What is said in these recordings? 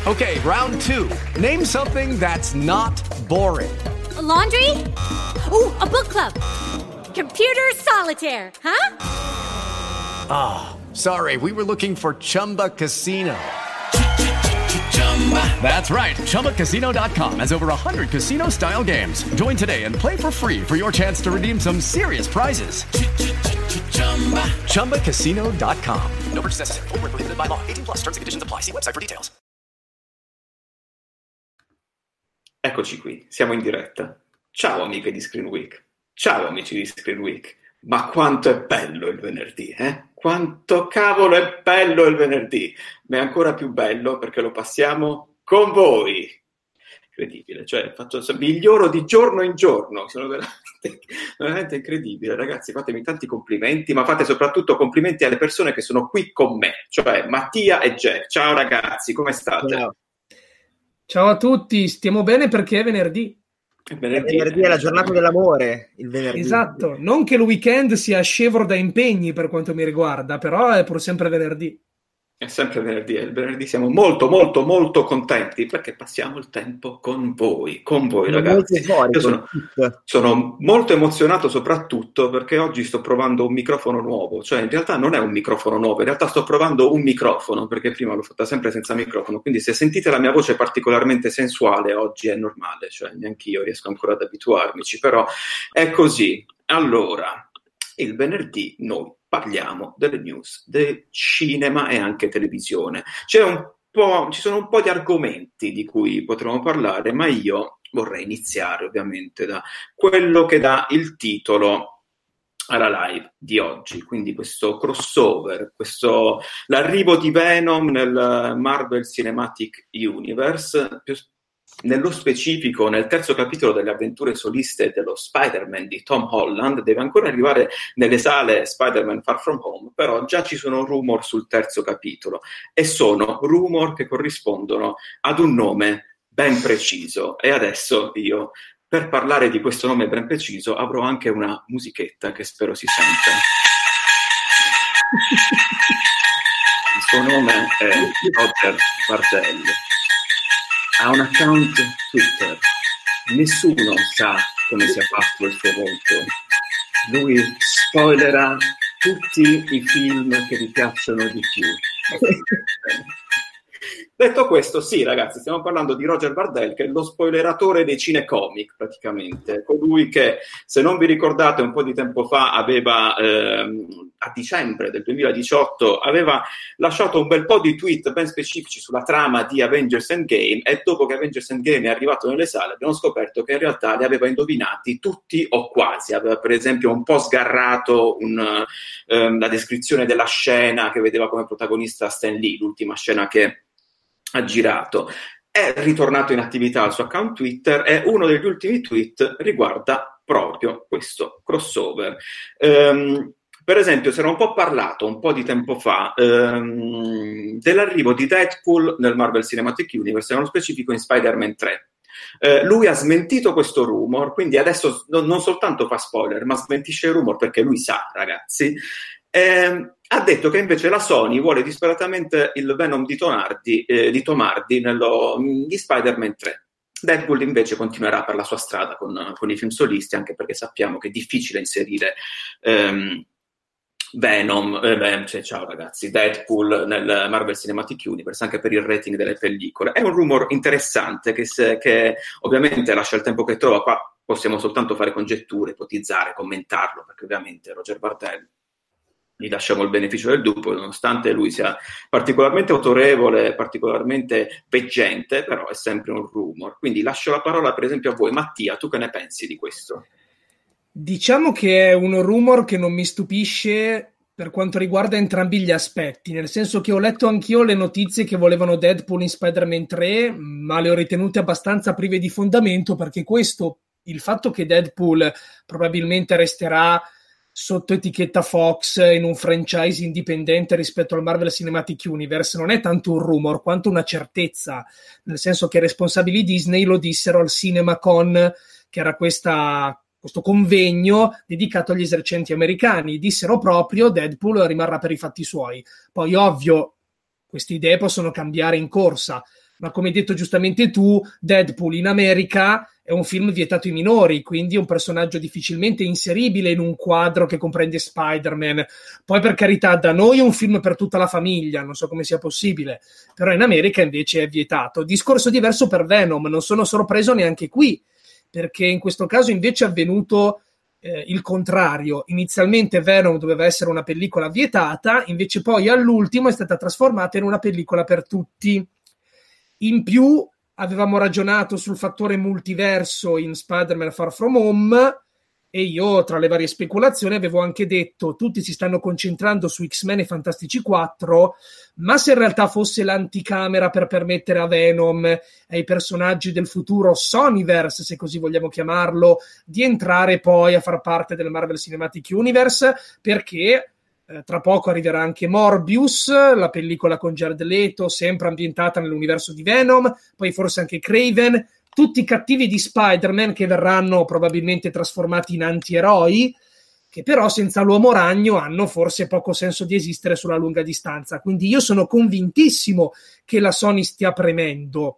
Okay, round two. Name something that's not boring. A laundry? Ooh, a book club. Computer solitaire, huh? Ah, sorry, we were looking for Chumba Casino. That's right, ChumbaCasino.com has over 100 casino-style games. Join today and play for free for your chance to redeem some serious prizes. ChumbaCasino.com. No purchase necessary. Void where prohibited by law. 18+ terms and conditions apply. See website for details. Eccoci qui, siamo in diretta. Ciao amiche di Screen Week. Ciao amici di Screen Week. Ma quanto è bello il venerdì, eh? Quanto cavolo è bello il venerdì! Ma è ancora più bello perché lo passiamo con voi. Incredibile, cioè miglioro di giorno in giorno. Sono veramente incredibile, ragazzi. Fatemi tanti complimenti, ma fate soprattutto complimenti alle persone che sono qui con me, cioè Mattia e Jack. Ciao ragazzi, come state? Ciao a tutti, stiamo bene perché è venerdì. Il venerdì è la giornata dell'amore, il venerdì. Esatto, non che il weekend sia scevro da impegni per quanto mi riguarda, però è pur sempre venerdì. È sempre venerdì, e il venerdì siamo molto molto molto contenti perché passiamo il tempo con voi ragazzi. Io sono molto emozionato soprattutto perché oggi sto provando un microfono nuovo, cioè in realtà non è un microfono nuovo, in realtà sto provando un microfono perché prima l'ho fatta sempre senza microfono, quindi se sentite la mia voce particolarmente sensuale oggi è normale, cioè neanche io riesco ancora ad abituarmici, però è così. Allora, il venerdì noi parliamo delle news, del cinema e anche televisione. Ci sono un po' di argomenti di cui potremo parlare, ma io vorrei iniziare ovviamente da quello che dà il titolo alla live di oggi, quindi questo crossover, l'arrivo di Venom nel Marvel Cinematic Universe, nello specifico nel terzo capitolo delle avventure soliste dello Spider-Man di Tom Holland. Deve ancora arrivare nelle sale Spider-Man Far From Home, però già ci sono rumor sul terzo capitolo e sono rumor che corrispondono ad un nome ben preciso, e adesso io, per parlare di questo nome ben preciso, avrò anche una musichetta che spero si senta. Il suo nome è Roger Bardell. Ha un account Twitter, nessuno sa come sia fatto il suo volto. Lui spoilerà tutti i film che vi piacciono di più. Detto questo, sì ragazzi, stiamo parlando di Roger Bardell, che è lo spoileratore dei cinecomic praticamente, colui che, se non vi ricordate, un po' di tempo fa aveva, a dicembre del 2018, aveva lasciato un bel po' di tweet ben specifici sulla trama di Avengers Endgame, e dopo che Avengers Endgame è arrivato nelle sale abbiamo scoperto che in realtà li aveva indovinati tutti o quasi. Aveva per esempio un po' sgarrato la descrizione della scena che vedeva come protagonista Stan Lee, l'ultima scena che ha girato. È ritornato in attività al suo account Twitter e uno degli ultimi tweet riguarda proprio questo crossover. Per esempio, si era un po' parlato un po' di tempo fa dell'arrivo di Deadpool nel Marvel Cinematic Universe, nello specifico in Spider-Man 3. Lui ha smentito questo rumor, quindi adesso non soltanto fa spoiler, ma smentisce il rumor perché lui sa, ragazzi. Ha detto che invece la Sony vuole disperatamente il Venom di Tom Hardy di Spider-Man 3. Deadpool invece continuerà per la sua strada con i film solisti, anche perché sappiamo che è difficile inserire Deadpool nel Marvel Cinematic Universe, anche per il rating delle pellicole. È un rumor interessante che ovviamente lascia il tempo che trova. Qua possiamo soltanto fare congetture, ipotizzare, commentarlo, perché ovviamente Roger Bardell gli lasciamo il beneficio del dubbio, nonostante lui sia particolarmente autorevole, particolarmente veggente, però è sempre un rumor. Quindi lascio la parola per esempio a voi. Mattia, tu che ne pensi di questo? Diciamo che è un rumor che non mi stupisce per quanto riguarda entrambi gli aspetti, nel senso che ho letto anch'io le notizie che volevano Deadpool in Spider-Man 3, ma le ho ritenute abbastanza prive di fondamento, perché il fatto che Deadpool probabilmente resterà sotto etichetta Fox in un franchise indipendente rispetto al Marvel Cinematic Universe non è tanto un rumor quanto una certezza, nel senso che i responsabili Disney lo dissero al CinemaCon, che era questo convegno dedicato agli esercenti americani. Dissero proprio Deadpool rimarrà per i fatti suoi. Poi ovvio queste idee possono cambiare in corsa, ma come hai detto giustamente tu, Deadpool in America è un film vietato ai minori, quindi è un personaggio difficilmente inseribile in un quadro che comprende Spider-Man. Poi, per carità, da noi è un film per tutta la famiglia, non so come sia possibile, però in America invece è vietato. Discorso diverso per Venom, non sono sorpreso neanche qui, perché in questo caso invece è avvenuto il contrario. Inizialmente Venom doveva essere una pellicola vietata, invece poi all'ultimo è stata trasformata in una pellicola per tutti. In più avevamo ragionato sul fattore multiverso in Spider-Man Far From Home, e io, tra le varie speculazioni, avevo anche detto tutti si stanno concentrando su X-Men e Fantastici 4, ma se in realtà fosse l'anticamera per permettere a Venom e ai personaggi del futuro Sonyverse, se così vogliamo chiamarlo, di entrare poi a far parte del Marvel Cinematic Universe, perché tra poco arriverà anche Morbius, la pellicola con Jared Leto, sempre ambientata nell'universo di Venom, poi forse anche Kraven, tutti i cattivi di Spider-Man che verranno probabilmente trasformati in antieroi, che però senza l'uomo ragno hanno forse poco senso di esistere sulla lunga distanza. Quindi io sono convintissimo che la Sony stia premendo.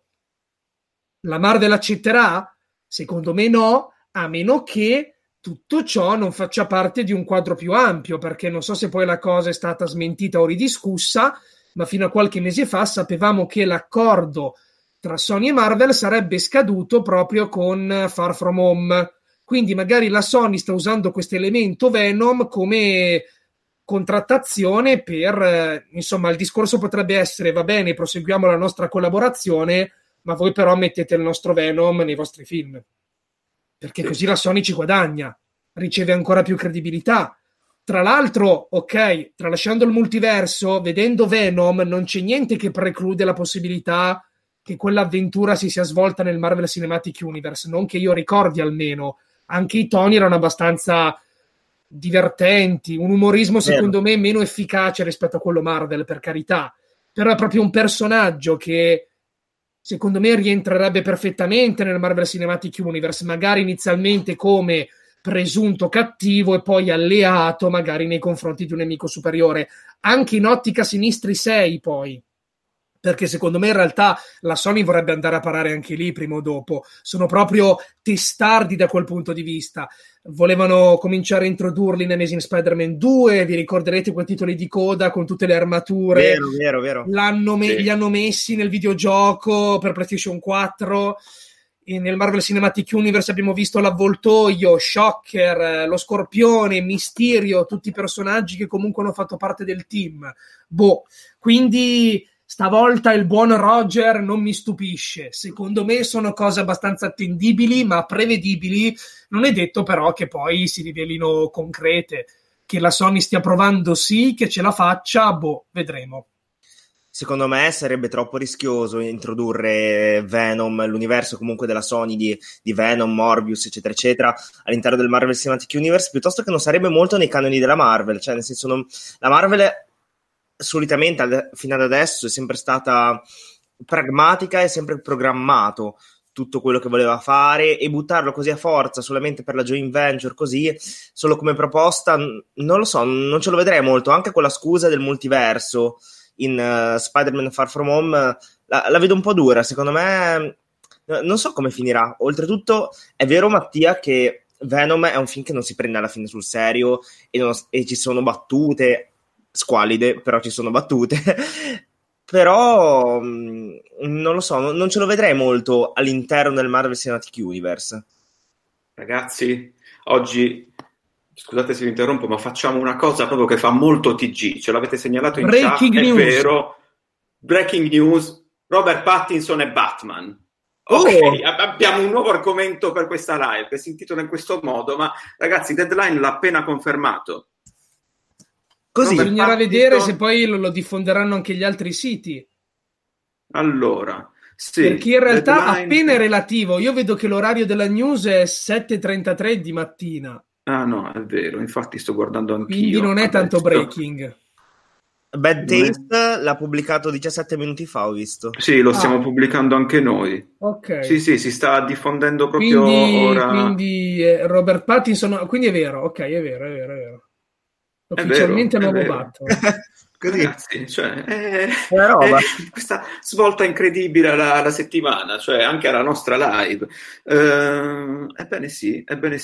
La Marvel accetterà? Secondo me no, a meno che tutto ciò non faccia parte di un quadro più ampio, perché non so se poi la cosa è stata smentita o ridiscussa, ma fino a qualche mese fa sapevamo che l'accordo tra Sony e Marvel sarebbe scaduto proprio con Far From Home. Quindi magari la Sony sta usando questo elemento Venom come contrattazione per, insomma, il discorso potrebbe essere: va bene, proseguiamo la nostra collaborazione, ma voi però mettete il nostro Venom nei vostri film, perché così la Sony ci guadagna, riceve ancora più credibilità. Tra l'altro, ok, tralasciando il multiverso, vedendo Venom non c'è niente che preclude la possibilità che quell'avventura si sia svolta nel Marvel Cinematic Universe, non che io ricordi almeno. Anche i toni erano abbastanza divertenti, un umorismo secondo me meno efficace rispetto a quello Marvel, per carità, però è proprio un personaggio che secondo me rientrerebbe perfettamente nel Marvel Cinematic Universe, magari inizialmente come presunto cattivo e poi alleato magari nei confronti di un nemico superiore, anche in ottica Sinistri 6 poi, perché secondo me in realtà la Sony vorrebbe andare a parare anche lì prima o dopo. Sono proprio testardi da quel punto di vista. Volevano cominciare a introdurli in Amazing Spider-Man 2, vi ricorderete quei titoli di coda con tutte le armature. Vero. Li hanno messi nel videogioco per PlayStation 4. E nel Marvel Cinematic Universe abbiamo visto l'Avvoltoio, Shocker, lo Scorpione, Mysterio, tutti i personaggi che comunque hanno fatto parte del team. Quindi stavolta il buon Roger non mi stupisce. Secondo me sono cose abbastanza attendibili, ma prevedibili. Non è detto però che poi si rivelino concrete. Che la Sony stia provando sì, che ce la faccia, vedremo. Secondo me sarebbe troppo rischioso introdurre Venom, l'universo comunque della Sony di Venom, Morbius, eccetera, eccetera, all'interno del Marvel Cinematic Universe, piuttosto che non sarebbe molto nei canoni della Marvel. Cioè, nel senso, la Marvel solitamente fino ad adesso è sempre stata pragmatica e sempre programmato tutto quello che voleva fare, e buttarlo così a forza solamente per la joint venture, così solo come proposta, non lo so, non ce lo vedrei molto. Anche con la scusa del multiverso in Spider-Man Far From Home la vedo un po' dura, secondo me. Non so come finirà. Oltretutto è vero, Mattia, che Venom è un film che non si prende alla fine sul serio e ci sono battute squalide, però ci sono battute. Però non lo so, non ce lo vedrei molto all'interno del Marvel Cinematic Universe. Ragazzi, oggi, scusate se vi interrompo, ma facciamo una cosa proprio che fa molto TG, ce l'avete segnalato in Breaking chat, news. È vero, breaking news, Robert Pattinson e Batman. Ok, abbiamo un nuovo argomento per questa live che si intitola in questo modo, ma ragazzi, Deadline l'ha appena confermato. Così bisognerà vedere se poi lo diffonderanno anche gli altri siti. Allora, sì, perché in realtà Deadline... appena è relativo. Io vedo che l'orario della news è 7:33 di mattina. Ah no, è vero, infatti sto guardando anch'io. Quindi non è tanto breaking. Bad Taste l'ha pubblicato 17 minuti fa, ho visto. Sì, lo stiamo pubblicando anche noi. Ok. Sì, si sta diffondendo proprio ora. Quindi Robert Pattinson, quindi è vero, ok, è vero. Ufficialmente nuovo Batman. Così. Ragazzi, cioè, è questa svolta incredibile alla settimana, cioè anche alla nostra live. Ebbene sì.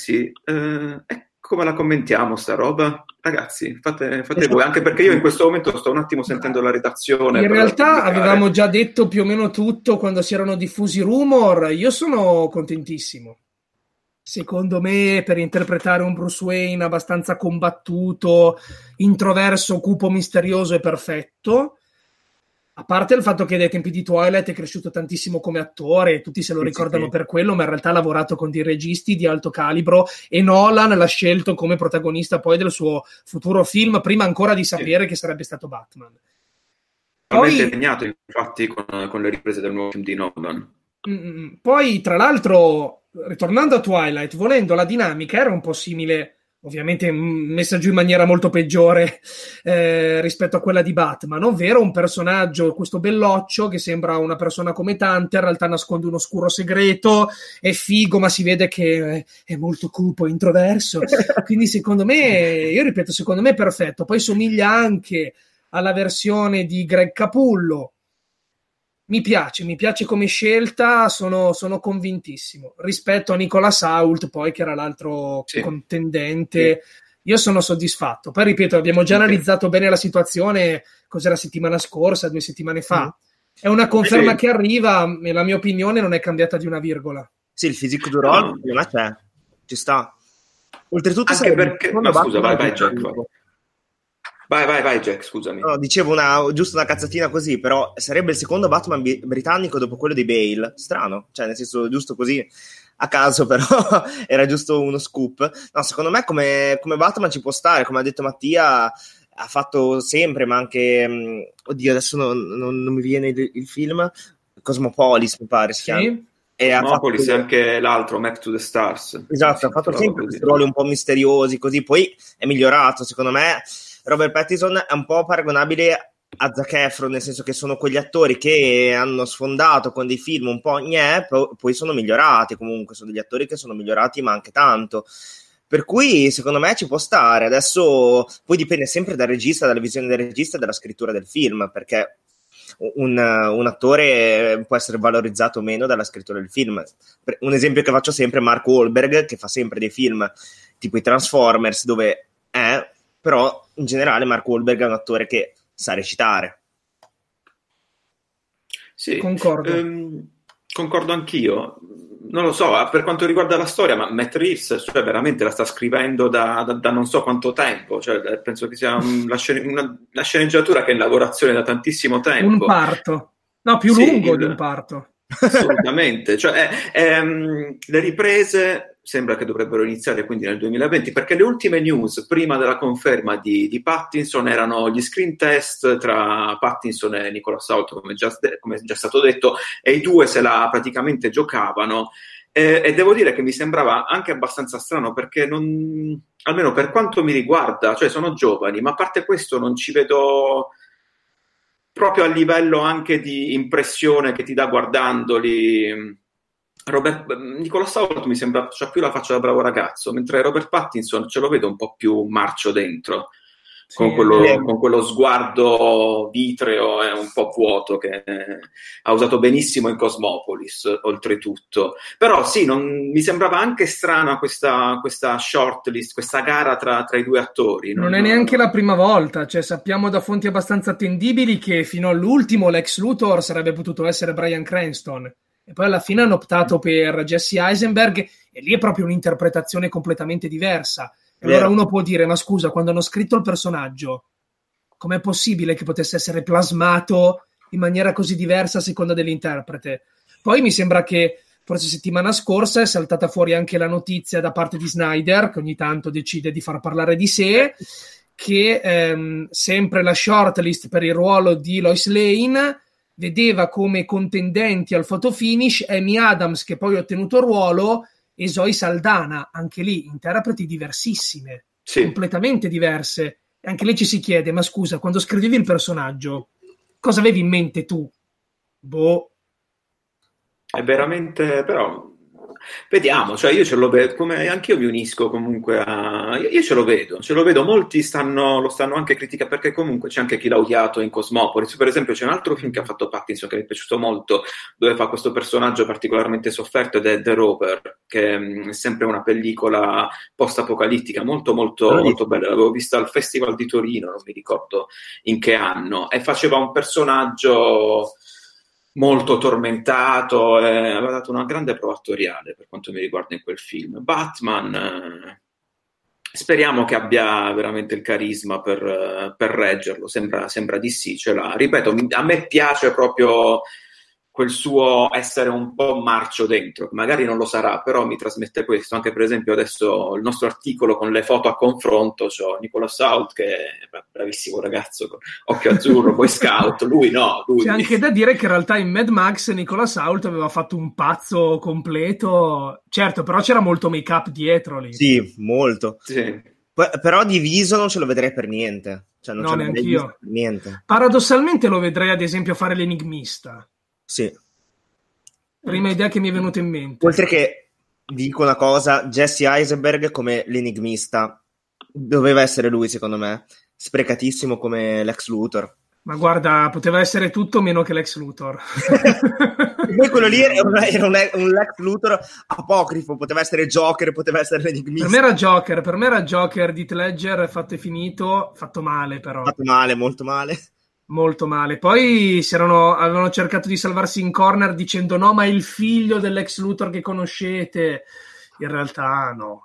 Come la commentiamo sta roba? Ragazzi, fate voi, anche perché io in questo momento sto un attimo sentendo la redazione. In realtà avevamo già detto più o meno tutto quando si erano diffusi rumor. Io sono contentissimo. Secondo me, per interpretare un Bruce Wayne abbastanza combattuto, introverso, cupo, misterioso, è perfetto. A parte il fatto che dai tempi di Twilight è cresciuto tantissimo come attore, tutti se lo ricordano per quello, ma in realtà ha lavorato con dei registi di alto calibro e Nolan l'ha scelto come protagonista poi del suo futuro film, prima ancora di sapere che sarebbe stato Batman. Poi segnato infatti con le riprese del nuovo film di Nolan. Poi, tra l'altro, ritornando a Twilight, volendo, la dinamica era un po' simile, ovviamente messa giù in maniera molto peggiore rispetto a quella di Batman, ovvero un personaggio, questo belloccio che sembra una persona come tante, in realtà nasconde un oscuro segreto, è figo ma si vede che è molto cupo, introverso, quindi secondo me è perfetto. Poi somiglia anche alla versione di Greg Capullo. Mi piace come scelta, sono convintissimo. Rispetto a Nicolas Hoult, poi, che era l'altro contendente, io sono soddisfatto. Poi, ripeto, abbiamo già analizzato bene la situazione, cos'era settimana scorsa, 2 settimane fa. È una conferma che arriva, e la mia opinione non è cambiata di una virgola. Sì, il fisico di Ron, secondo me c'è. Ci sta. Oltretutto, anche perché... Ma scusa, vai Jack. Vai Jack, scusami. No, dicevo giusto una cazzatina così, però sarebbe il secondo Batman britannico dopo quello di Bale. Strano, cioè nel senso giusto così a caso, però era giusto uno scoop. No, secondo me come Batman ci può stare, come ha detto Mattia, ha fatto sempre, ma anche oddio, adesso non mi viene il film Cosmopolis, mi pare si chiama. E Cosmopolis e anche l'altro, Map to the Stars. Esatto, ha fatto sempre questi ruoli un po' misteriosi, così, poi è migliorato, secondo me. Robert Pattinson è un po' paragonabile a Zac Efron, nel senso che sono quegli attori che hanno sfondato con dei film un po' poi sono migliorati, comunque sono degli attori che sono migliorati ma anche tanto, per cui secondo me ci può stare. Adesso poi dipende sempre dal regista, dalla visione del regista e dalla scrittura del film, perché un attore può essere valorizzato o meno dalla scrittura del film. Un esempio che faccio sempre è Mark Wahlberg, che fa sempre dei film tipo i Transformers, dove però in generale Mark Wahlberg è un attore che sa recitare. Sì, concordo anch'io. Non lo so, per quanto riguarda la storia, ma Matt Reeves, cioè, veramente la sta scrivendo da non so quanto tempo, cioè, penso che sia una sceneggiatura che è in lavorazione da tantissimo tempo. Un parto, no, più lungo di un parto. Assolutamente, cioè le riprese sembra che dovrebbero iniziare quindi nel 2020, perché le ultime news prima della conferma di Pattinson erano gli screen test tra Pattinson e Nicolas Hoult, come già stato detto, e i due se la praticamente giocavano, e devo dire che mi sembrava anche abbastanza strano, perché almeno per quanto mi riguarda, cioè sono giovani, ma a parte questo non ci vedo proprio a livello anche di impressione che ti dà guardandoli. Nicolas Hoult mi sembra c'ha più la faccia da bravo ragazzo, mentre Robert Pattinson ce lo vedo un po' più marcio dentro, con quello sguardo vitreo e un po' vuoto che ha usato benissimo in Cosmopolis, oltretutto. Però sì, mi sembrava anche strana questa shortlist, questa gara tra i due attori. Non è neanche la prima volta, cioè sappiamo da fonti abbastanza attendibili che fino all'ultimo Lex Luthor sarebbe potuto essere Bryan Cranston, e poi alla fine hanno optato per Jesse Eisenberg, e lì è proprio un'interpretazione completamente diversa. E allora uno può dire, ma scusa, quando hanno scritto il personaggio, com'è possibile che potesse essere plasmato in maniera così diversa a seconda dell'interprete? Poi mi sembra che forse settimana scorsa è saltata fuori anche la notizia da parte di Snyder, che ogni tanto decide di far parlare di sé, che sempre la shortlist per il ruolo di Lois Lane vedeva come contendenti al photo finish Amy Adams, che poi ha ottenuto il ruolo, e Zoe Saldana, anche lì interpreti diversissime, completamente diverse. E anche lì ci si chiede, ma scusa, quando scrivevi il personaggio, cosa avevi in mente tu? Boh. È veramente, però, Vediamo, cioè io ce lo vedo, come anch'io mi unisco comunque io ce lo vedo, molti lo stanno anche criticando, perché comunque c'è anche chi l'ha odiato in Cosmopolis. Per esempio c'è un altro film che ha fatto Pattinson che mi è piaciuto molto, dove fa questo personaggio particolarmente sofferto, ed è The Rover, che è sempre una pellicola post-apocalittica molto molto molto bella. L'avevo vista al Festival di Torino, non mi ricordo in che anno, e faceva un personaggio molto tormentato, aveva dato una grande prova attoriale per quanto mi riguarda in quel film. Batman, speriamo che abbia veramente il carisma per reggerlo, sembra di sì, ce l'ha. Ripeto, a me piace proprio quel suo essere un po' marcio dentro, magari non lo sarà, però mi trasmette questo. Anche per esempio adesso il nostro articolo con le foto a confronto, c'ho Nicolas Hoult che è bravissimo ragazzo, con occhio azzurro, Boy Scout, lui. C'è anche da dire che in realtà in Mad Max Nicolas Hoult aveva fatto un pazzo completo, certo, però c'era molto make up dietro lì. Sì, molto. Sì. Però diviso non ce lo vedrei per niente. Cioè, non no, neanche io. Niente. Paradossalmente lo vedrei ad esempio fare l'enigmista. Sì. Prima idea che mi è venuta in mente. Oltre che, dico una cosa, Jesse Eisenberg come l'enigmista doveva essere lui, secondo me. Sprecatissimo come Lex Luthor. Ma guarda, poteva essere tutto meno che Lex Luthor. E poi quello lì era un Lex Luthor apocrifo, poteva essere Joker, poteva essere l'enigmista. Per me era Joker di Heath Ledger, fatto e finito, fatto male però. Fatto male, molto male. Molto male. Poi avevano cercato di salvarsi in corner dicendo no, ma è il figlio dell'ex Luthor che conoscete. In realtà no.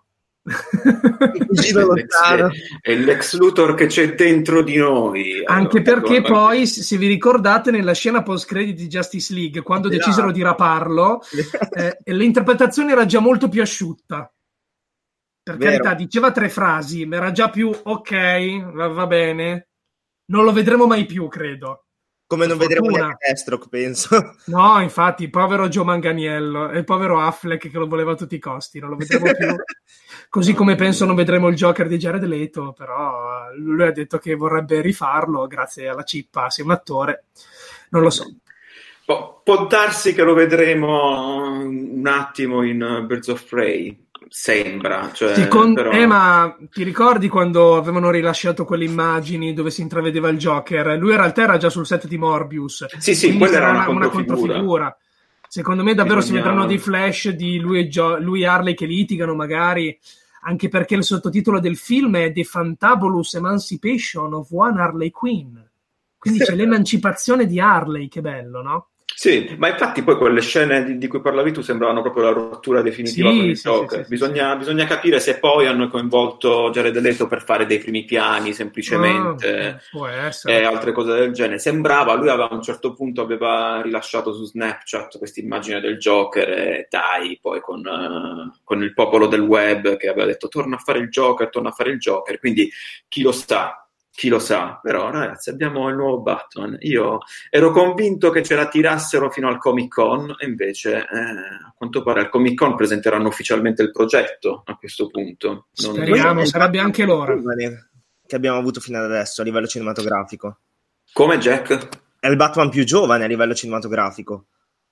È l'ex Luthor che c'è dentro di noi. Anche perché poi, se vi ricordate, nella scena post-credit di Justice League, quando decisero di raparlo, l'interpretazione era già molto più asciutta. Per carità, diceva 3 frasi, ma era già più ok, va bene. Non lo vedremo mai più, credo. Come non vedremo neanche Deathstroke, penso. No, infatti, povero Joe Manganiello e il povero Affleck che lo voleva a tutti i costi, non lo vedremo più. Così come penso non vedremo il Joker di Jared Leto, però lui ha detto che vorrebbe rifarlo grazie alla cippa, sei un attore. Non lo so. Può darsi che lo vedremo un attimo in Birds of Prey. Sembra, però... ma ti ricordi quando avevano rilasciato quelle immagini dove si intravedeva il Joker? Lui in realtà era già sul set di Morbius. Sì, quella era una controfigura. Secondo me davvero si vedranno dei flash di lui e Harley che litigano magari, anche perché il sottotitolo del film è The Fantabulous Emancipation of One Harley Quinn. Quindi c'è l'emancipazione di Harley, che bello, no? Sì, ma infatti poi quelle scene di cui parlavi tu sembravano proprio la rottura definitiva con il Joker. Bisogna capire se poi hanno coinvolto Jared Leto per fare dei primi piani semplicemente, può essere. E altre cose del genere. Sembrava, lui a un certo punto aveva rilasciato su Snapchat questa immagine del Joker e poi con il popolo del web che aveva detto torna a fare il Joker, quindi chi lo sa, però ragazzi abbiamo il nuovo Batman. Io ero convinto che ce la tirassero fino al Comic Con e invece a quanto pare al Comic Con presenteranno ufficialmente il progetto a questo punto. Speriamo, sarebbe anche l'ora che abbiamo avuto fino ad adesso a livello cinematografico. Come, Jack? È il Batman più giovane a livello cinematografico.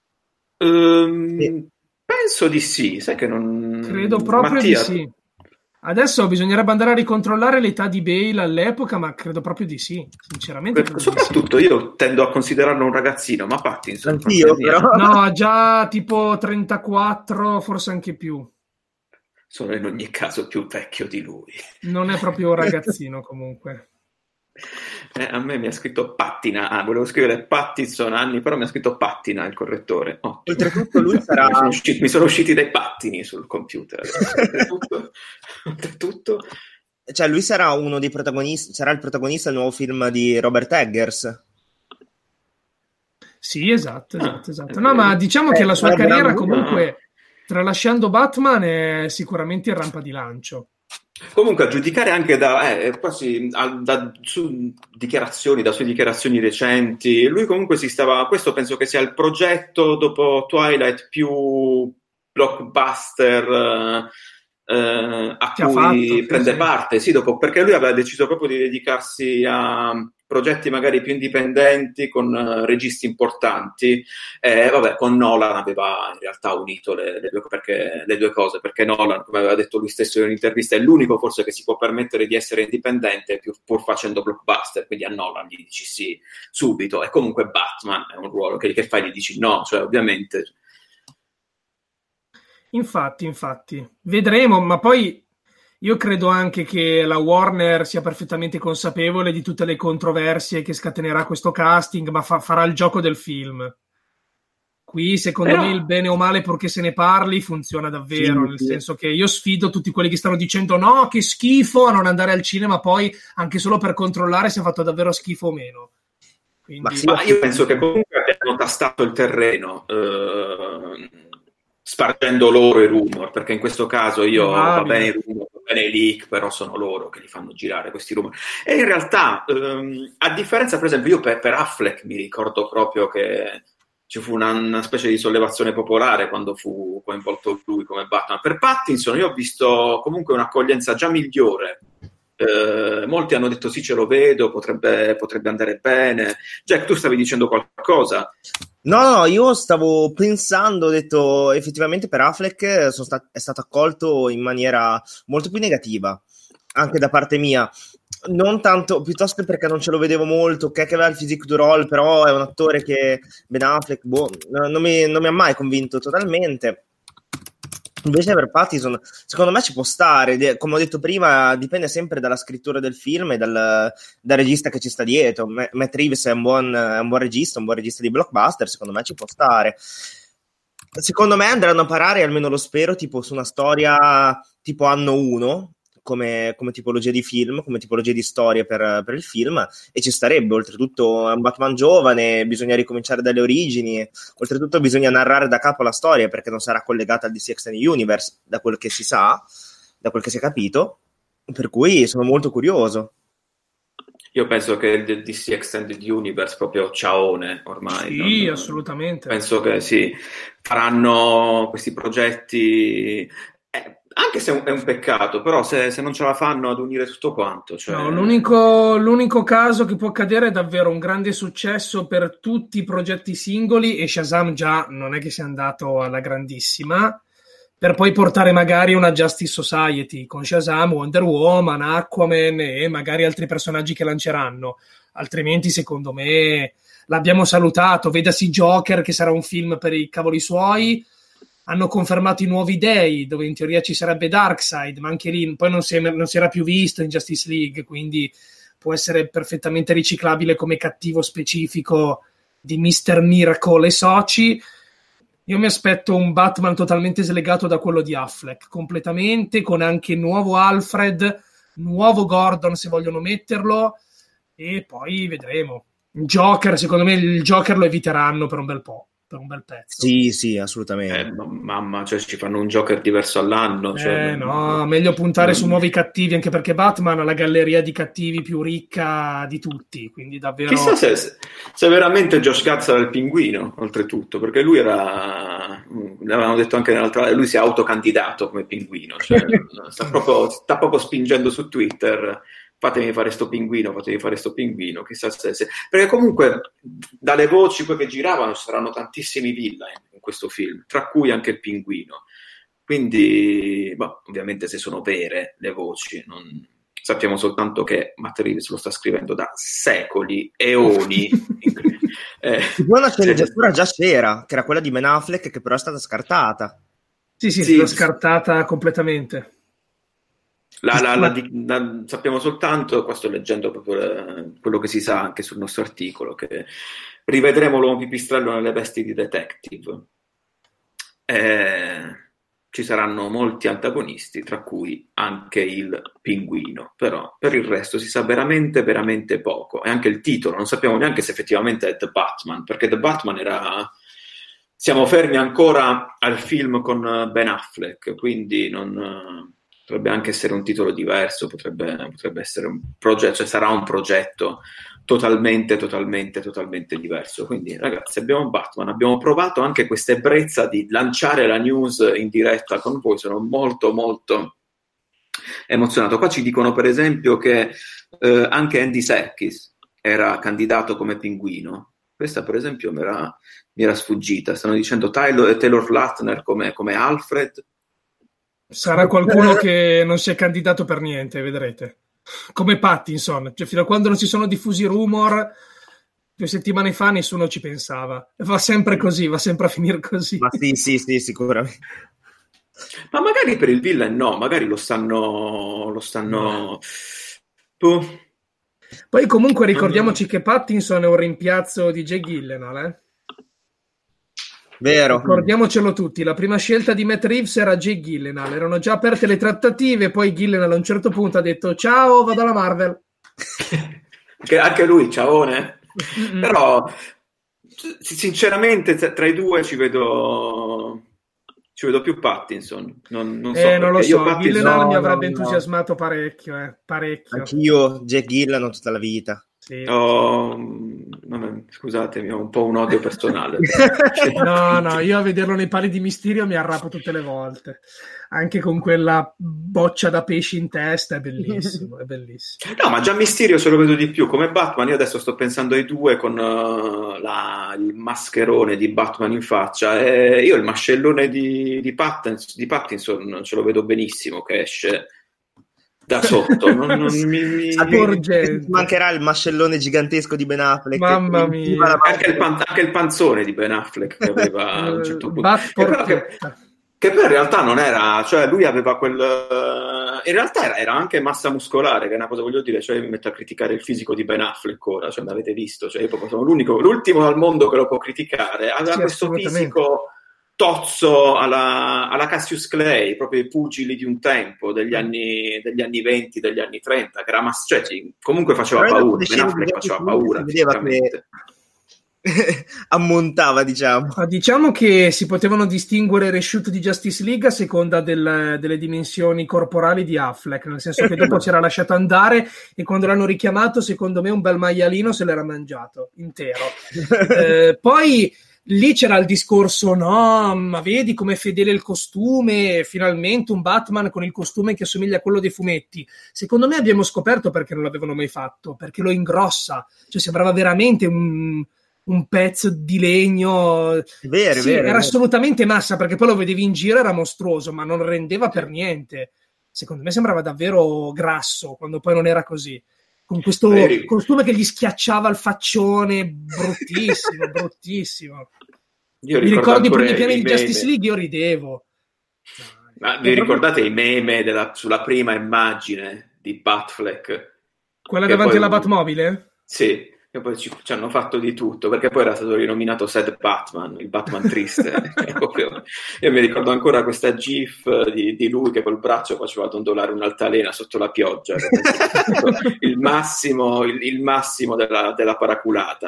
Penso di sì, sai che non... Credo proprio di sì. Adesso bisognerebbe andare a ricontrollare l'età di Bale all'epoca, ma credo proprio di sì, sinceramente. Soprattutto io tendo a considerarlo un ragazzino, ma Pattinson... Anch'io, però. No, già tipo 34, forse anche più. Sono in ogni caso più vecchio di lui. Non è proprio un ragazzino, comunque. A me mi ha scritto Pattina, volevo scrivere Pattinson anni, però mi ha scritto Pattina il correttore. Oltretutto lui sarà... mi sono usciti dei pattini sul computer. Oltretutto... Cioè lui sarà uno dei protagonisti, sarà il protagonista del nuovo film di Robert Eggers. Sì, esatto. No, ma diciamo che la sua carriera comunque, tralasciando Batman, è sicuramente in rampa di lancio. Comunque a giudicare anche da sue dichiarazioni recenti, lui comunque questo penso che sia il progetto dopo Twilight più blockbuster a cui prende parte, sì, dopo, perché lui aveva deciso proprio di dedicarsi a progetti magari più indipendenti con registi importanti. Con Nolan aveva in realtà unito le due cose, perché Nolan, come aveva detto lui stesso in un'intervista, è l'unico forse che si può permettere di essere indipendente pur facendo blockbuster, quindi a Nolan gli dici sì subito, e comunque Batman è un ruolo che fai, gli dici no, cioè ovviamente. Infatti, vedremo, ma poi io credo anche che la Warner sia perfettamente consapevole di tutte le controversie che scatenerà questo casting, ma farà il gioco del film. Qui, secondo me, il bene o male, purché se ne parli, funziona davvero, nel senso che io sfido tutti quelli che stanno dicendo no, che schifo, a non andare al cinema, poi anche solo per controllare se ha fatto davvero schifo o meno. Quindi... Ma io penso che comunque abbiano tastato il terreno, spargendo loro i rumor, perché in questo caso va bene i rumor, va bene i leak, però sono loro che li fanno girare questi rumor. E in realtà, a differenza, per esempio, io per Affleck mi ricordo proprio che ci fu una specie di sollevazione popolare quando fu coinvolto lui come Batman. Per Pattinson io ho visto comunque un'accoglienza già migliore. Molti hanno detto sì, ce lo vedo, potrebbe andare bene. Jack, tu stavi dicendo qualcosa? No, io stavo pensando, ho detto, effettivamente per Affleck è stato accolto in maniera molto più negativa, anche da parte mia. Non tanto, piuttosto perché non ce lo vedevo molto, che aveva il physique du role, però è un attore che Ben Affleck, non mi ha mai convinto totalmente. Invece per Pattinson, secondo me ci può stare, come ho detto prima, dipende sempre dalla scrittura del film e dal regista che ci sta dietro. Matt Reeves è un buon regista, un buon regista di blockbuster, secondo me ci può stare. Secondo me andranno a parare, almeno lo spero, tipo su una storia tipo anno 1, come tipologia di film, come tipologia di storia per il film, e ci starebbe. Oltretutto è un Batman giovane, bisogna ricominciare dalle origini, oltretutto bisogna narrare da capo la storia, perché non sarà collegata al DC Extended Universe, da quel che si sa, da quel che si è capito, per cui sono molto curioso. Io penso che il DC Extended Universe proprio ciaone ormai. Sì, assolutamente. Penso che sì, faranno questi progetti... Anche se è un peccato, però se non ce la fanno ad unire tutto quanto. Cioè... No, l'unico caso che può accadere è davvero un grande successo per tutti i progetti singoli, e Shazam già non è che sia andato alla grandissima, per poi portare magari una Justice Society con Shazam, Wonder Woman, Aquaman e magari altri personaggi che lanceranno. Altrimenti, secondo me, l'abbiamo salutato. Vedasi Joker, che sarà un film per i cavoli suoi. Hanno confermato i nuovi dei, dove in teoria ci sarebbe Darkseid, ma anche lì poi non si era più visto in Justice League, quindi può essere perfettamente riciclabile come cattivo specifico di Mr. Miracle e soci. Io mi aspetto un Batman totalmente slegato da quello di Affleck, completamente, con anche nuovo Alfred, nuovo Gordon se vogliono metterlo, e poi vedremo. Joker, secondo me il Joker lo eviteranno per un bel po'. Per un bel pezzo. Sì, assolutamente. Mamma, cioè ci fanno un Joker diverso all'anno. No, meglio puntare su nuovi cattivi, anche perché Batman ha la galleria di cattivi più ricca di tutti, quindi davvero... Chissà se veramente Josh Gad sarà il Pinguino, oltretutto, perché lui l'avevano detto anche nell'altra, lui si è autocandidato come Pinguino, cioè, sta proprio spingendo su Twitter: fatemi fare sto pinguino, chissà se... Perché comunque dalle voci che giravano ci saranno tantissimi villain in questo film, tra cui anche il pinguino. Quindi, ovviamente se sono vere le voci, sappiamo soltanto che Matt Reeves lo sta scrivendo da secoli, eoni. Una sceneggiatura già c'era, che era quella di Ben Affleck, che però è stata scartata. Sì, è stata scartata completamente. Sappiamo soltanto, qua sto leggendo proprio quello che si sa anche sul nostro articolo, che rivedremo l'uomo pipistrello nelle vesti di detective. Ci saranno molti antagonisti, tra cui anche il pinguino, però per il resto si sa veramente, veramente poco. E anche il titolo, non sappiamo neanche se effettivamente è The Batman, perché The Batman era... Siamo fermi ancora al film con Ben Affleck, quindi potrebbe anche essere un titolo diverso, potrebbe essere un progetto, cioè sarà un progetto totalmente diverso. Quindi ragazzi, abbiamo Batman, abbiamo provato anche questa ebbrezza di lanciare la news in diretta con voi, sono molto emozionato. Qua ci dicono per esempio che anche Andy Serkis era candidato come pinguino. Questa per esempio mi era sfuggita. Stanno dicendo Taylor Lautner come Alfred. Sarà qualcuno che non si è candidato per niente, vedrete. Come Pattinson, cioè fino a quando non si sono diffusi rumor 2 settimane fa nessuno ci pensava. Va sempre così, va sempre a finire così. Ma sì, sicuramente. Ma magari per il villain no, magari lo stanno Poi comunque ricordiamoci che Pattinson è un rimpiazzo di Jake Gyllenhaal, Vero. Ricordiamocelo tutti, la prima scelta di Matt Reeves era Jake Gyllenhaal, erano già aperte le trattative, poi Gyllenhaal a un certo punto ha detto ciao, vado alla Marvel. Anche lui, ciaone. Però sinceramente tra i due ci vedo più Pattinson. Non lo so, Gyllenhaal mi avrebbe entusiasmato parecchio. Anch'io, Jake Gyllenhaal tutta la vita. Sì. Scusatemi, ho un po' un odio personale. No, io a vederlo nei pali di Mysterio mi arrapo tutte le volte, anche con quella boccia da pesci in testa, è bellissimo. No, ma già Mysterio se lo vedo di più come Batman. Io adesso sto pensando ai due con il mascherone di Batman in faccia, e io il mascellone di Pattinson ce lo vedo benissimo che esce da sotto. Mancherà il mascellone gigantesco di Ben Affleck, mamma mia, anche il panzone di Ben Affleck che aveva a un certo punto, che poi in realtà non era, cioè lui aveva in realtà era anche massa muscolare, che è una cosa, voglio dire, cioè mi metto a criticare il fisico di Ben Affleck ora, cioè l'avete visto, cioè io proprio sono l'ultimo al mondo che lo può criticare, aveva questo fisico tozzo alla Cassius Clay, proprio i pugili di un tempo, degli anni 20, degli anni 30, che era comunque faceva paura. Ben Affleck faceva paura, che ammontava, diciamo che si potevano distinguere i reshoot di Justice League a seconda delle dimensioni corporali di Affleck, nel senso che dopo si era lasciato andare e quando l'hanno richiamato, secondo me un bel maialino se l'era mangiato intero. Poi lì c'era il discorso, no, ma vedi com'è fedele il costume, finalmente un Batman con il costume che assomiglia a quello dei fumetti. Secondo me abbiamo scoperto perché non l'avevano mai fatto, perché lo ingrossa, cioè sembrava veramente un pezzo di legno. Vero. Era assolutamente massa, perché poi lo vedevi in giro, era mostruoso, ma non rendeva per niente. Secondo me sembrava davvero grasso, quando poi non era così. Con questo costume che gli schiacciava il faccione, bruttissimo. Mi ricordo i primi piani di Justice League, io ridevo. Ma vi ricordate i meme sulla prima immagine di Batfleck? Quella davanti alla Batmobile? Sì, e poi ci hanno fatto di tutto, perché poi era stato rinominato Sad Batman, il Batman triste. Io mi ricordo ancora questa gif di lui che col braccio faceva dondolare un'altalena sotto la pioggia, il massimo della paraculata,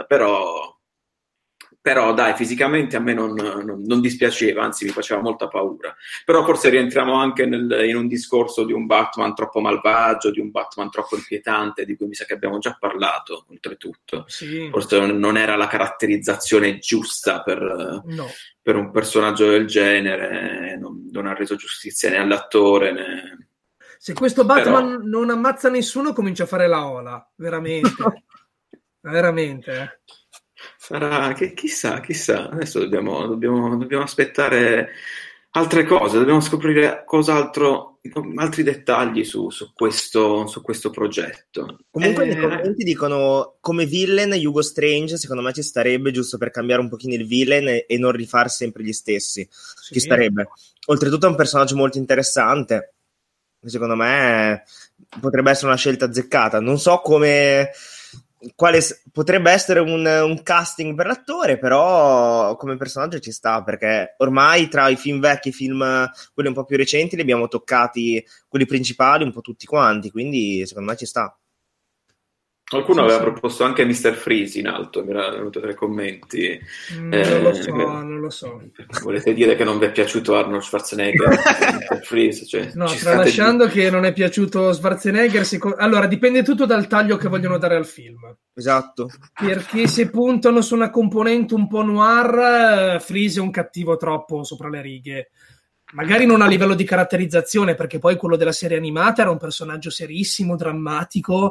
però dai, fisicamente a me non dispiaceva, anzi mi faceva molta paura. Però forse rientriamo anche in un discorso di un Batman troppo malvagio, di un Batman troppo inquietante, di cui mi sa che abbiamo già parlato, oltretutto. Sì. Forse non era la caratterizzazione giusta per un personaggio del genere, non ha reso giustizia né all'attore né... Se questo Batman non ammazza nessuno, comincia a fare la ola, veramente. Veramente, Sarà che chissà, adesso dobbiamo aspettare altre cose, dobbiamo scoprire altri dettagli su questo progetto. Comunque nei commenti dicono come villain Hugo Strange secondo me ci starebbe, giusto per cambiare un pochino il villain e non rifare sempre gli stessi. Sì. Ci starebbe. Oltretutto è un personaggio molto interessante, secondo me potrebbe essere una scelta azzeccata. Non so quale potrebbe essere un casting per l'attore, però come personaggio ci sta, perché ormai tra i film vecchi e i film quelli un po' più recenti li abbiamo toccati, quelli principali un po' tutti quanti, quindi secondo me ci sta. Qualcuno aveva proposto anche Mr. Freeze in alto, mi era venuto tra i commenti. Non lo so. Volete dire che non vi è piaciuto Arnold Schwarzenegger? Mr. Freeze, cioè, no, tralasciando che non è piaciuto Schwarzenegger, allora dipende tutto dal taglio che vogliono dare al film. Esatto. Perché se puntano su una componente un po' noir, Freeze è un cattivo troppo sopra le righe. Magari non a livello di caratterizzazione, perché poi quello della serie animata era un personaggio serissimo, drammatico,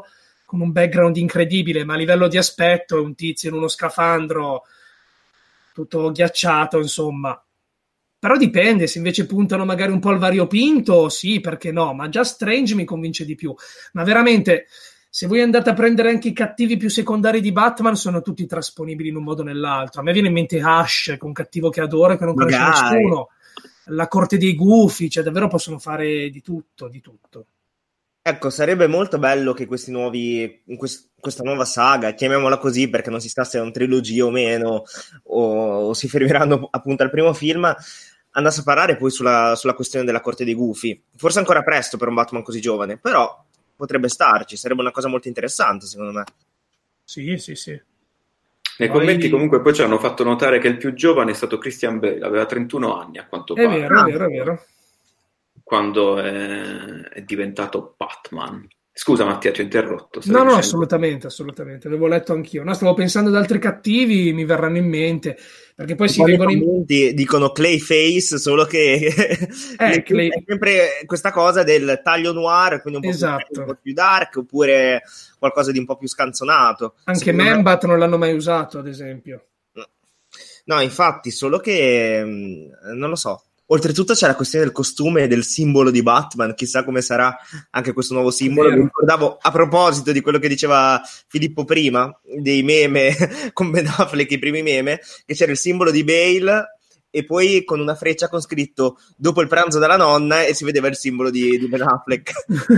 con un background incredibile, ma a livello di aspetto è un tizio in uno scafandro tutto ghiacciato, insomma. Però dipende, se invece puntano magari un po' al variopinto, sì, perché no, ma già Strange mi convince di più. Ma veramente, se voi andate a prendere anche i cattivi più secondari di Batman, sono tutti trasponibili in un modo o nell'altro. A me viene in mente Hush, che è un cattivo che adoro e che non conosce nessuno. La Corte dei Gufi, cioè davvero possono fare di tutto, di tutto. Ecco, sarebbe molto bello che questi nuovi, questa nuova saga, chiamiamola così perché non si sa se è una trilogia o meno, o si fermeranno appunto al primo film, andasse a parlare poi sulla questione della Corte dei Gufi. Forse ancora presto per un Batman così giovane, però potrebbe starci, sarebbe una cosa molto interessante secondo me. Sì, sì, sì. Nei commenti comunque poi ci hanno fatto notare che il più giovane è stato Christian Bale, aveva 31 anni a quanto pare. È vero. Quando è diventato Batman. Scusa Mattia, ti ho interrotto. No, assolutamente. Avevo letto anch'io. No, stavo pensando ad altri cattivi, mi verranno in mente. Perché poi si vengono dicono Clayface, solo che è sempre questa cosa del taglio noir, quindi un po' più dark, oppure qualcosa di un po' più scanzonato. Anche Man-Bat non l'hanno mai usato, ad esempio. No, infatti, solo che non lo so. Oltretutto c'è la questione del costume e del simbolo di Batman, chissà come sarà anche questo nuovo simbolo. Mi ricordavo, a proposito di quello che diceva Filippo prima, dei meme con Ben Affleck, i primi meme, che c'era il simbolo di Bale e poi con una freccia con scritto dopo il pranzo della nonna e si vedeva il simbolo di Ben Affleck.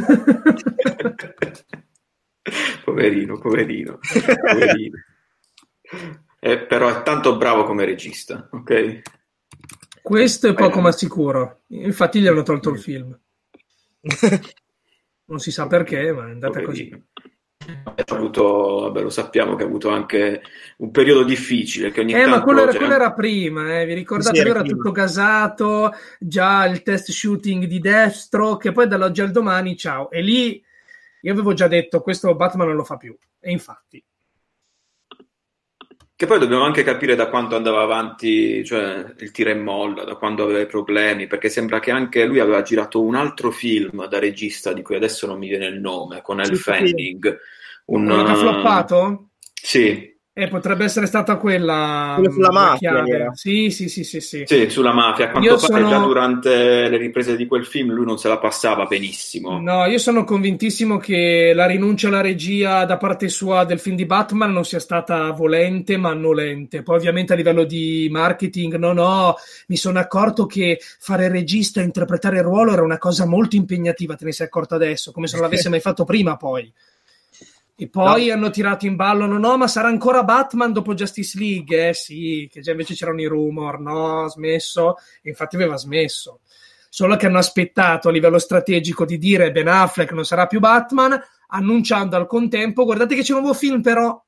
Poverino. Però è tanto bravo come regista, ok? Questo è poco ma sicuro. Infatti gli hanno tolto il film. Non si sa perché, ma è andata così. Lo sappiamo che ha avuto anche un periodo difficile. Che ogni tanto ma quello era prima, vi ricordate? Lui era tutto gasato, già il test shooting di Deathstroke, e poi dall'oggi al domani, ciao. E lì io avevo già detto, questo Batman non lo fa più. E infatti. Che poi dobbiamo anche capire da quanto andava avanti, cioè il tira e molla, da quando aveva i problemi, perché sembra che anche lui aveva girato un altro film da regista, di cui adesso non mi viene il nome, con Elle Fanning. Quello che ha floppato? Sì. Potrebbe essere stata quella sulla mafia. Sì. Sì, sulla mafia. A quanto pare già durante le riprese di quel film lui non se la passava benissimo. No, io sono convintissimo che la rinuncia alla regia da parte sua del film di Batman non sia stata volente ma nolente. Poi ovviamente a livello di marketing mi sono accorto che fare regista e interpretare il ruolo era una cosa molto impegnativa, te ne sei accorto adesso, come se non l'avesse mai fatto prima poi. E poi hanno tirato in ballo, ma sarà ancora Batman dopo Justice League? Sì, che già invece c'erano i rumor, ha smesso, e infatti aveva smesso. Solo che hanno aspettato a livello strategico di dire Ben Affleck non sarà più Batman, annunciando al contempo, guardate che c'è un nuovo film però.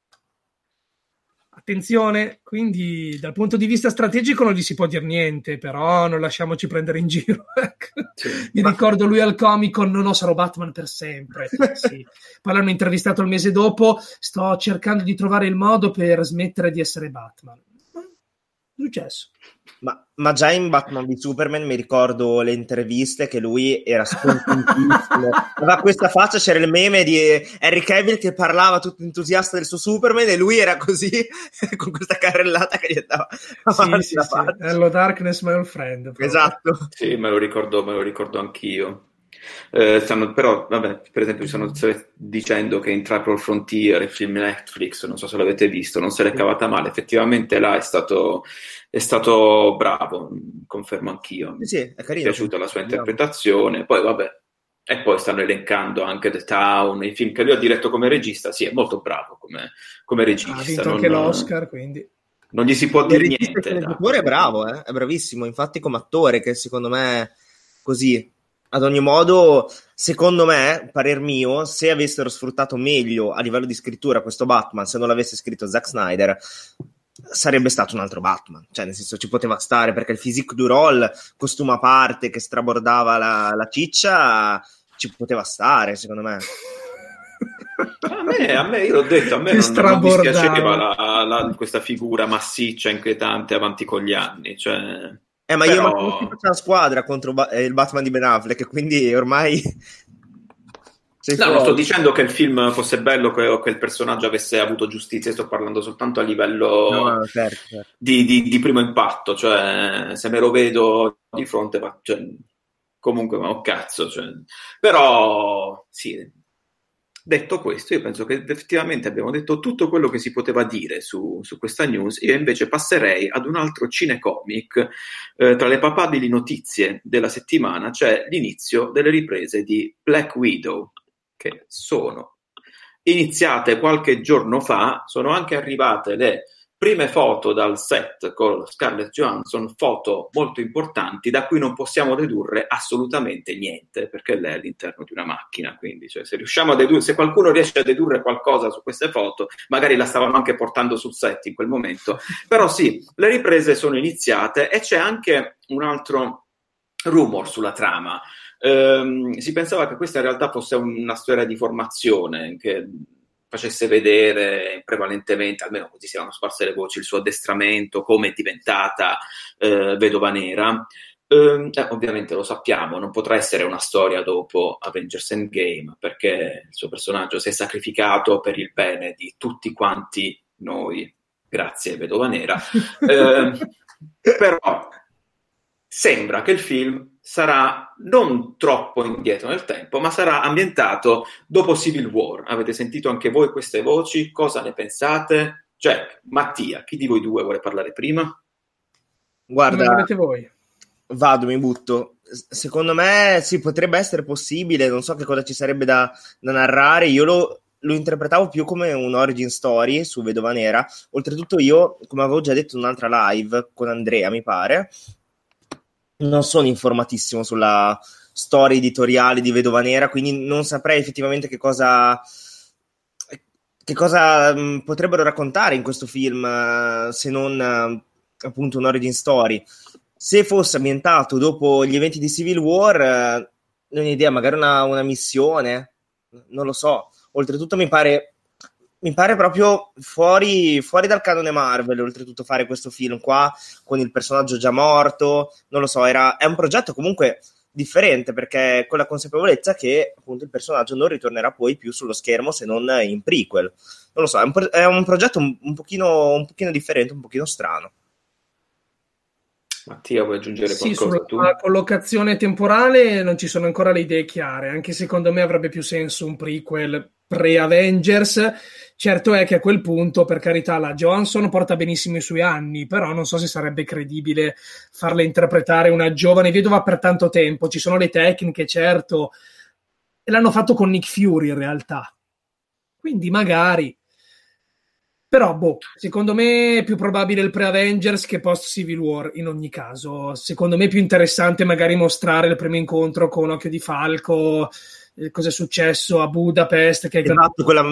Attenzione, quindi dal punto di vista strategico non gli si può dire niente, però non lasciamoci prendere in giro. Sì, mi ricordo lui al Comic-Con, sarò Batman per sempre. Sì. Poi l'hanno intervistato il mese dopo, sto cercando di trovare il modo per smettere di essere Batman. È successo. Ma già in Batman v Superman mi ricordo le interviste che lui era scontentissimo. Aveva questa faccia, c'era il meme di Henry Cavill che parlava tutto entusiasta del suo Superman e lui era così con questa carrellata che gli andava sì. Hello Darkness my old friend proprio. Esatto. Sì, me lo ricordo anch'io. Però vabbè, per esempio stanno dicendo che in Triple Frontier, il film Netflix, non so se l'avete visto, non se l'è cavata male, effettivamente là è stato bravo, confermo anch'io. Sì, è carino, mi è piaciuta la sua interpretazione. Poi vabbè, e poi stanno elencando anche The Town, i film che lui ha diretto come regista. Sì, è molto bravo come regista, ha vinto anche l'Oscar, quindi non gli si può dire niente. L'attore è bravo, è bravissimo, infatti come attore, che secondo me così. Ad ogni modo, secondo me, parer mio, se avessero sfruttato meglio a livello di scrittura questo Batman, se non l'avesse scritto Zack Snyder, sarebbe stato un altro Batman. Cioè, nel senso, ci poteva stare, perché il physique du rôle, costume a parte, che strabordava la ciccia, ci poteva stare, secondo me. A me, io l'ho detto, a me non mi dispiaceva questa figura massiccia, inquietante, avanti con gli anni, cioè... Ma io non faccio la squadra contro il Batman di Ben Affleck, quindi ormai Non sto dicendo che il film fosse bello o che il personaggio avesse avuto giustizia, sto parlando soltanto a livello certo. Di primo impatto, cioè se me lo vedo di fronte, comunque ma cazzo, però sì. Detto questo, io penso che effettivamente abbiamo detto tutto quello che si poteva dire su questa news. Io invece passerei ad un altro cinecomic. Tra le papabili notizie della settimana c'è l'inizio delle riprese di Black Widow, che sono iniziate qualche giorno fa, sono anche arrivate le prime foto dal set con Scarlett Johansson, foto molto importanti da cui non possiamo dedurre assolutamente niente, perché lei è all'interno di una macchina, quindi se qualcuno riesce a dedurre qualcosa su queste foto, magari la stavano anche portando sul set in quel momento, però sì, le riprese sono iniziate e c'è anche un altro rumor sulla trama. Si pensava che questa in realtà fosse una storia di formazione che facesse vedere prevalentemente, almeno così si erano sparse le voci, il suo addestramento, come è diventata Vedova Nera. Ovviamente lo sappiamo, non potrà essere una storia dopo Avengers Endgame, perché il suo personaggio si è sacrificato per il bene di tutti quanti noi. Grazie, Vedova Nera. Però sembra che il film sarà non troppo indietro nel tempo, ma sarà ambientato dopo Civil War. Avete sentito anche voi queste voci? Cosa ne pensate? Jack, Mattia, chi di voi due vuole parlare prima? Guarda, voi? Vado, mi butto. Secondo me sì, potrebbe essere possibile, non so che cosa ci sarebbe da narrare. Io lo interpretavo più come un origin story su Vedova Nera. Oltretutto io, come avevo già detto in un'altra live con Andrea, mi pare, non sono informatissimo sulla storia editoriale di Vedova Nera, quindi non saprei effettivamente che cosa potrebbero raccontare in questo film, se non appunto un origin story. Se fosse ambientato dopo gli eventi di Civil War, non ho idea, magari una missione, non lo so. Oltretutto mi pare proprio fuori dal canone Marvel, oltretutto fare questo film qua con il personaggio già morto, non lo so, è un progetto comunque differente, perché con la consapevolezza che appunto il personaggio non ritornerà poi più sullo schermo se non in prequel. Non lo so, è un progetto un pochino differente, un pochino strano. Mattia, vuoi aggiungere qualcosa tu? Sulla collocazione temporale non ci sono ancora le idee chiare, anche secondo me avrebbe più senso un prequel pre-Avengers. Certo è che a quel punto, per carità, la Johansson porta benissimo i suoi anni, però non so se sarebbe credibile farle interpretare una giovane vedova per tanto tempo. Ci sono le tecniche, certo, e l'hanno fatto con Nick Fury in realtà, quindi magari. Però, secondo me è più probabile il pre-Avengers che post-Civil War, in ogni caso. Secondo me è più interessante magari mostrare il primo incontro con Occhio di Falco, cosa è successo a Budapest, che esatto, quella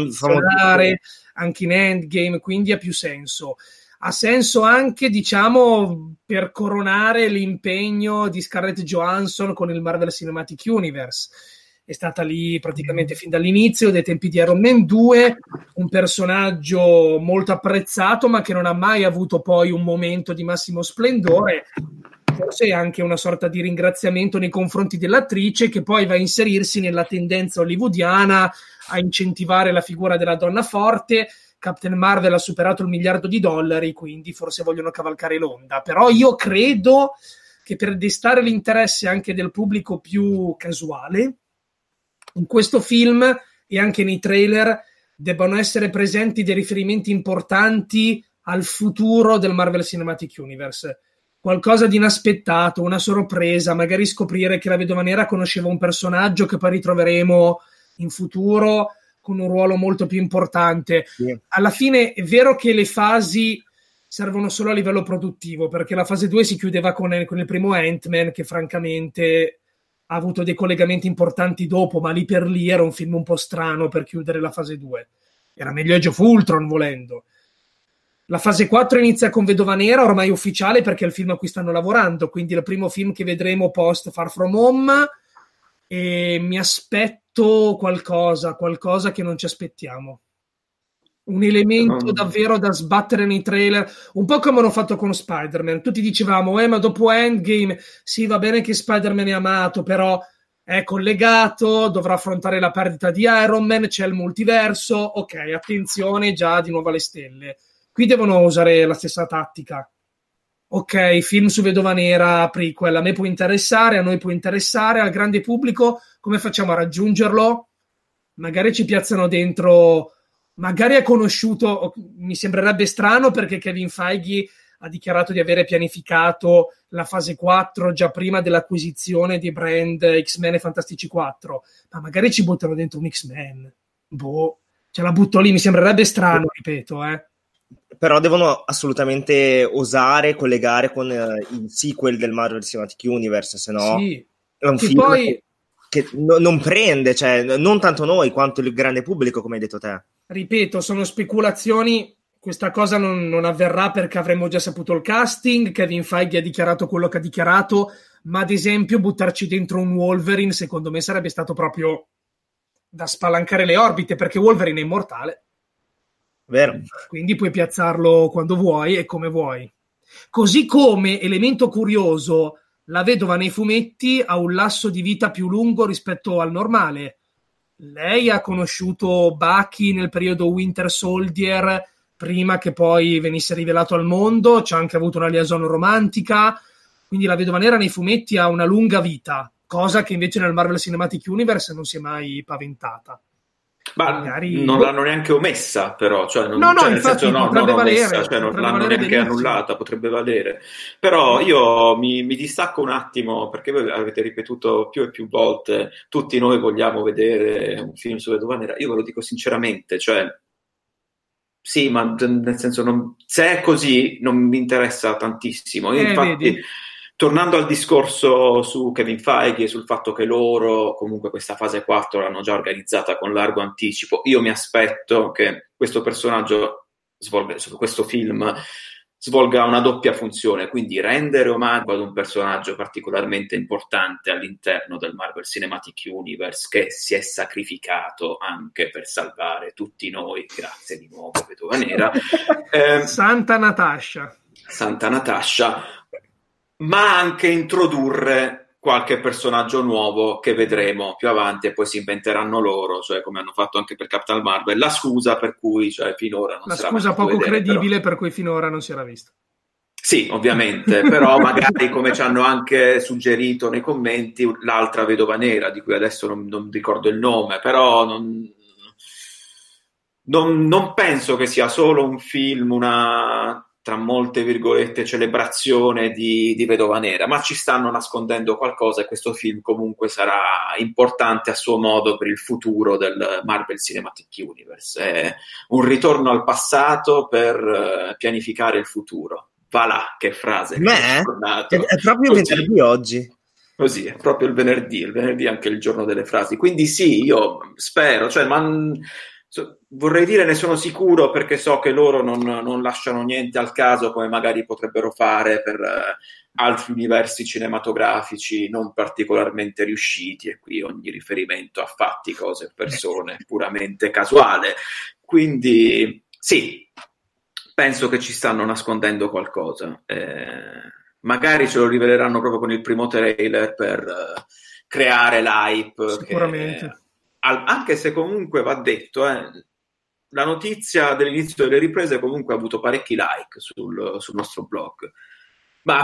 anche in Endgame, quindi ha più senso. Ha senso anche, diciamo, per coronare l'impegno di Scarlett Johansson con il Marvel Cinematic Universe. È stata lì praticamente fin dall'inizio, dai tempi di Iron Man 2, un personaggio molto apprezzato, ma che non ha mai avuto poi un momento di massimo splendore. Forse è anche una sorta di ringraziamento nei confronti dell'attrice, che poi va a inserirsi nella tendenza hollywoodiana a incentivare la figura della donna forte. Captain Marvel ha superato $1 miliardo, quindi forse vogliono cavalcare l'onda. Però io credo che per destare l'interesse anche del pubblico più casuale, in questo film e anche nei trailer debbano essere presenti dei riferimenti importanti al futuro del Marvel Cinematic Universe. Qualcosa di inaspettato, una sorpresa, magari scoprire che la Vedova Nera conosceva un personaggio che poi ritroveremo in futuro con un ruolo molto più importante. Sì. Alla fine è vero che le fasi servono solo a livello produttivo, perché la fase 2 si chiudeva con il primo Ant-Man, che francamente ha avuto dei collegamenti importanti dopo, ma lì per lì era un film un po' strano per chiudere la fase 2. Era meglio Age of Ultron, volendo. La fase 4 inizia con Vedova Nera, ormai ufficiale, perché è il film a cui stanno lavorando, quindi è il primo film che vedremo post Far From Home, e mi aspetto qualcosa che non ci aspettiamo. Un elemento davvero da sbattere nei trailer, un po' come hanno fatto con Spider-Man. Tutti dicevamo, ma dopo Endgame, sì, va bene che Spider-Man è amato, però è collegato, dovrà affrontare la perdita di Iron Man, c'è il multiverso, ok, attenzione, già di nuovo alle stelle. Qui devono usare la stessa tattica. Ok, film su Vedova Nera, prequel, a me può interessare, a noi può interessare, al grande pubblico, come facciamo a raggiungerlo? Magari ci piazzano dentro, magari è conosciuto, mi sembrerebbe strano perché Kevin Feige ha dichiarato di avere pianificato la fase 4 già prima dell'acquisizione dei brand X-Men e Fantastici 4, ma magari ci buttano dentro un X-Men. Ce la butto lì, mi sembrerebbe strano, ripeto, Però devono assolutamente osare collegare con il sequel del Marvel Cinematic Universe, se no sì. È un film poi... che non prende, cioè non tanto noi quanto il grande pubblico, come hai detto te. Ripeto, sono speculazioni, questa cosa non avverrà perché avremmo già saputo il casting, Kevin Feige ha dichiarato quello che ha dichiarato, ma ad esempio buttarci dentro un Wolverine secondo me sarebbe stato proprio da spalancare le orbite, perché Wolverine è immortale. Vero. Quindi puoi piazzarlo quando vuoi e come vuoi. Così come, elemento curioso, la vedova nei fumetti ha un lasso di vita più lungo rispetto al normale. Lei ha conosciuto Bucky nel periodo Winter Soldier prima che poi venisse rivelato al mondo, c'ha anche avuto una liaison romantica, quindi la vedova nera nei fumetti ha una lunga vita, cosa che invece nel Marvel Cinematic Universe non si è mai paventata. Ma magari... non l'hanno neanche omessa, però, cioè non, no, cioè, infatti senso, potrebbe non valere, omessa, cioè non l'hanno neanche benissimo. annullata, potrebbe valere. Però io mi distacco un attimo, perché voi avete ripetuto più e più volte, tutti noi vogliamo vedere un film su Vedova Nera. Io ve lo dico sinceramente, cioè sì, ma nel senso, se è così non mi interessa tantissimo. Io, infatti, vedi? Tornando al discorso su Kevin Feige e sul fatto che loro comunque questa fase 4 l'hanno già organizzata con largo anticipo, io mi aspetto che questo personaggio questo film svolga una doppia funzione, quindi rendere omaggio ad un personaggio particolarmente importante all'interno del Marvel Cinematic Universe che si è sacrificato anche per salvare tutti noi, grazie di nuovo Vedova Nera. Santa Natascia, ma anche introdurre qualche personaggio nuovo che vedremo più avanti e poi si inventeranno loro, cioè come hanno fatto anche per Captain Marvel, la scusa per cui finora non si era scusa poco vedere, credibile però. Per cui finora non si era visto. Sì, ovviamente, però magari come ci hanno anche suggerito nei commenti l'altra Vedova Nera, di cui adesso non ricordo il nome, però non penso che sia solo un film, una, tra molte virgolette, celebrazione di Vedova Nera, ma ci stanno nascondendo qualcosa e questo film comunque sarà importante a suo modo per il futuro del Marvel Cinematic Universe. È un ritorno al passato per pianificare il futuro. Va là, che frase. È proprio così. Venerdì oggi. Così, è proprio il venerdì è anche il giorno delle frasi. Quindi sì, io spero, vorrei dire ne sono sicuro perché so che loro non lasciano niente al caso come magari potrebbero fare per altri universi cinematografici non particolarmente riusciti, e qui ogni riferimento a fatti, cose o persone è puramente casuale. Quindi sì, penso che ci stanno nascondendo qualcosa. Magari ce lo riveleranno proprio con il primo trailer per creare l'hype. Sicuramente. Anche se comunque va detto, la notizia dell'inizio delle riprese comunque ha avuto parecchi like sul nostro blog, ma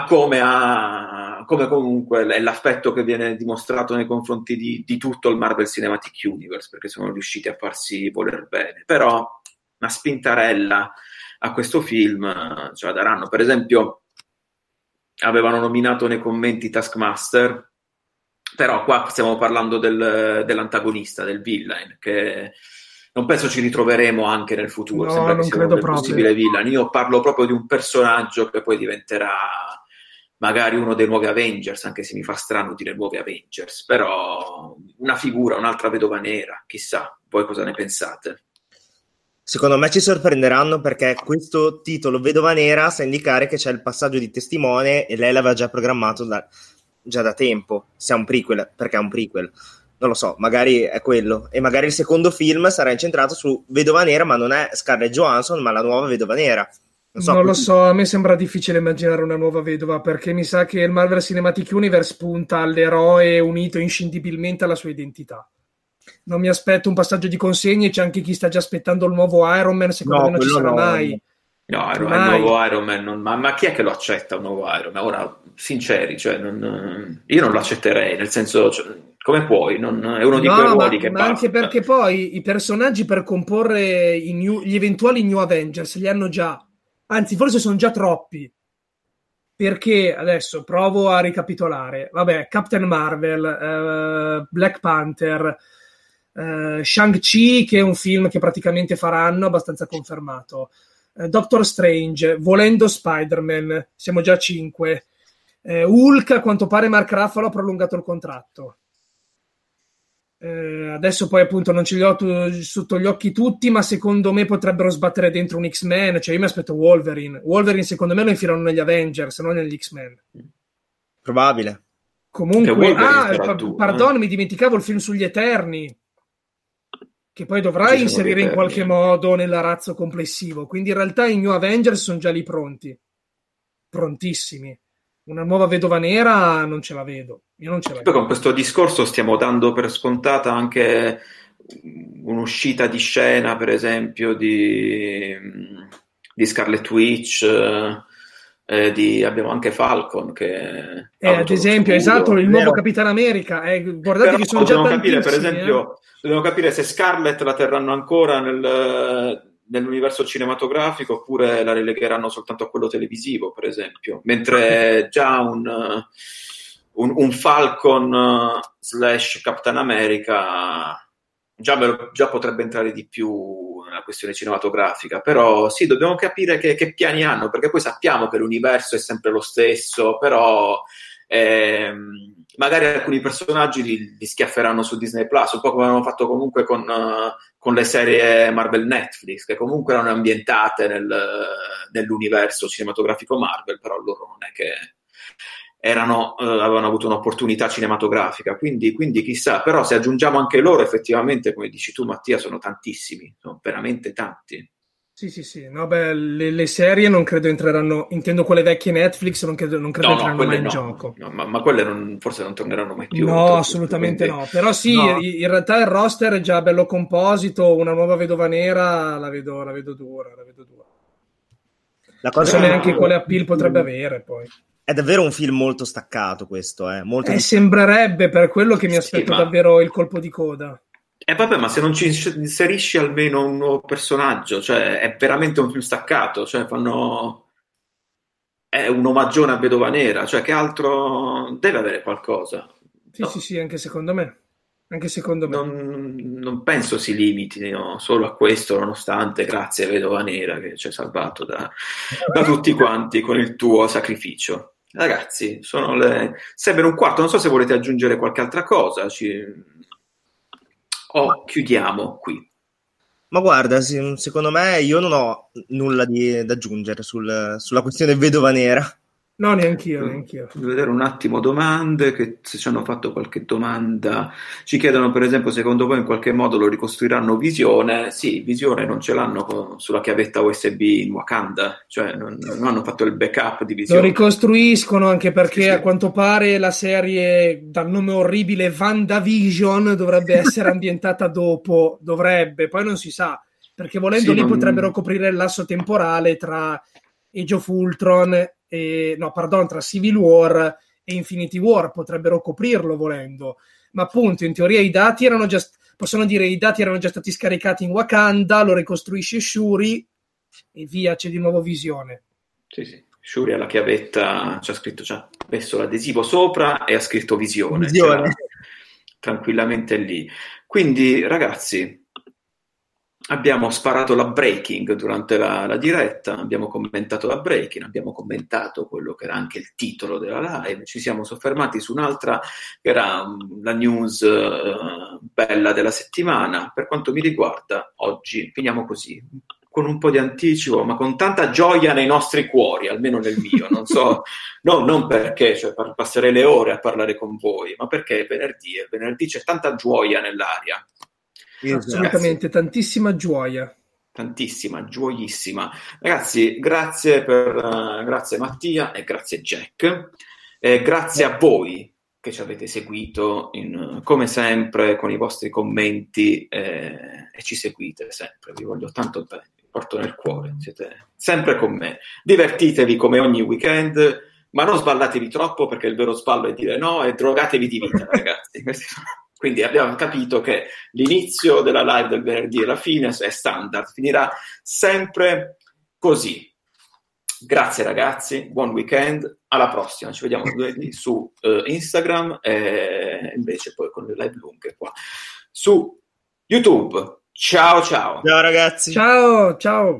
come comunque è l'affetto che viene dimostrato nei confronti di tutto il Marvel Cinematic Universe, perché sono riusciti a farsi voler bene. Però una spintarella a questo film ce la daranno. Per esempio avevano nominato nei commenti Taskmaster, però qua stiamo parlando dell'antagonista, del villain, che non penso ci ritroveremo anche nel futuro. No, sembra che non sia credo un possibile villain. Io parlo proprio di un personaggio che poi diventerà magari uno dei nuovi Avengers, anche se mi fa strano dire nuovi Avengers, però una figura, un'altra Vedova Nera, chissà, voi cosa ne pensate? Secondo me ci sorprenderanno perché questo titolo Vedova Nera sa indicare che c'è il passaggio di testimone e lei l'aveva già programmato già da tempo, se è un prequel, perché è un prequel. Non lo so, magari è quello. E magari il secondo film sarà incentrato su Vedova Nera, ma non è Scarlett Johansson, ma la nuova Vedova Nera. Non lo so, a me sembra difficile immaginare una nuova vedova, perché mi sa che il Marvel Cinematic Universe punta all'eroe unito inscindibilmente alla sua identità. Non mi aspetto un passaggio di consegne, c'è anche chi sta già aspettando il nuovo Iron Man, secondo me non ci sarà mai. No, il nuovo Iron Man, ma chi è che lo accetta un nuovo Iron Man? Ora, sinceri, cioè, io non lo accetterei, nel senso, cioè, come puoi? È uno di quei ruoli che ma anche perché poi i personaggi per comporre gli eventuali New Avengers li hanno già, anzi forse sono già troppi, perché adesso provo a ricapitolare. Vabbè, Captain Marvel, Black Panther, Shang-Chi, che è un film che praticamente faranno, abbastanza confermato, Doctor Strange, volendo Spider-Man, siamo già a 5, Hulk, a quanto pare Mark Ruffalo ha prolungato il contratto. Adesso poi appunto non ce li ho sotto gli occhi tutti, ma secondo me potrebbero sbattere dentro un X-Men, cioè io mi aspetto Wolverine secondo me lo infilano negli Avengers, non negli X-Men. Probabile. Comunque, mi dimenticavo il film sugli Eterni, che poi dovrai inserire in qualche modo nell'arazzo complessivo, quindi in realtà i New Avengers sono già lì prontissimi. Una nuova vedova nera non ce la vedo. Io non ce la vedo. Con questo discorso stiamo dando per scontata anche un'uscita di scena, per esempio, di Scarlet Witch, abbiamo anche Falcon che ad esempio, esatto, il nuovo Capitano America. Guardate però che sono già capire, per esempio, dobbiamo capire se Scarlet la terranno ancora nell'universo cinematografico oppure la relegheranno soltanto a quello televisivo, per esempio, mentre già un Falcon / Captain America già potrebbe entrare di più nella questione cinematografica. Però sì, dobbiamo capire che piani hanno, perché poi sappiamo che l'universo è sempre lo stesso, però magari alcuni personaggi li schiafferanno su Disney Plus, un po' come hanno fatto comunque con le serie Marvel Netflix, che comunque erano ambientate nell'universo cinematografico Marvel, però loro non è che avevano avuto un'opportunità cinematografica, quindi chissà. Però se aggiungiamo anche loro, effettivamente, come dici tu Mattia, sono tantissimi, sono veramente tanti. Sì. No, beh, le serie non credo entreranno, intendo quelle vecchie Netflix, non credo entreranno mai in gioco. No, ma quelle forse non torneranno mai più. No, assolutamente no. Però sì, no. In realtà il roster è già bello composito, una nuova vedova nera la vedo dura. La cosa non so neanche quale appeal potrebbe avere poi. È davvero un film molto staccato questo, sembrerebbe, per quello che mi aspetto davvero il colpo di coda. Vabbè, ma se non ci inserisci almeno un nuovo personaggio, cioè è veramente un film staccato, cioè è un omaggione a Vedova Nera, cioè che altro deve avere qualcosa. Sì, anche secondo me. Non penso si limitino solo a questo, nonostante grazie Vedova Nera che ci hai salvato da tutti quanti con il tuo sacrificio. Ragazzi, sono le 6:15, non so se volete aggiungere qualche altra cosa. Chiudiamo qui. Ma guarda, secondo me io non ho nulla da aggiungere sulla questione Vedova Nera. No, neanch'io. Devo vedere un attimo domande, che se ci hanno fatto qualche domanda. Ci chiedono, per esempio, secondo voi in qualche modo lo ricostruiranno Visione? Sì, Visione non ce l'hanno sulla chiavetta USB in Wakanda, cioè non hanno fatto il backup di Visione. Lo ricostruiscono anche perché sì. A quanto pare la serie dal nome orribile WandaVision dovrebbe essere ambientata dopo, poi non si sa, perché volendo lì potrebbero coprire il lasso temporale tra Age of Ultron tra Civil War e Infinity War, potrebbero coprirlo volendo, ma appunto in teoria i dati erano già stati scaricati in Wakanda, lo ricostruisce Shuri e via, c'è di nuovo Visione. Sì, Shuri alla chiavetta c'ha scritto, c'ha messo l'adesivo sopra e ha scritto Visione. Tranquillamente lì. Quindi ragazzi, abbiamo sparato la breaking durante la diretta, abbiamo commentato la breaking, abbiamo commentato quello che era anche il titolo della live, ci siamo soffermati su un'altra che era la news bella della settimana. Per quanto mi riguarda, oggi finiamo così, con un po' di anticipo, ma con tanta gioia nei nostri cuori, almeno nel mio, non so, non perché passerei le ore a parlare con voi, ma perché è venerdì c'è tanta gioia nell'aria. Assolutamente, tantissima gioia. tantissima, gioiissima. Ragazzi, grazie Mattia e grazie Jack, e grazie a voi che ci avete seguito come sempre con i vostri commenti e ci seguite sempre, vi voglio tanto bene, vi porto nel cuore, siete sempre con me. Divertitevi come ogni weekend, ma non sballatevi troppo, perché il vero sballo è dire no, e drogatevi di vita, ragazzi. Quindi abbiamo capito che l'inizio della live del venerdì e la fine è standard, finirà sempre così. Grazie ragazzi, buon weekend, alla prossima, ci vediamo lunedì su Instagram e invece poi con le live lunghe qua su YouTube. Ciao ciao. Ciao ragazzi. Ciao.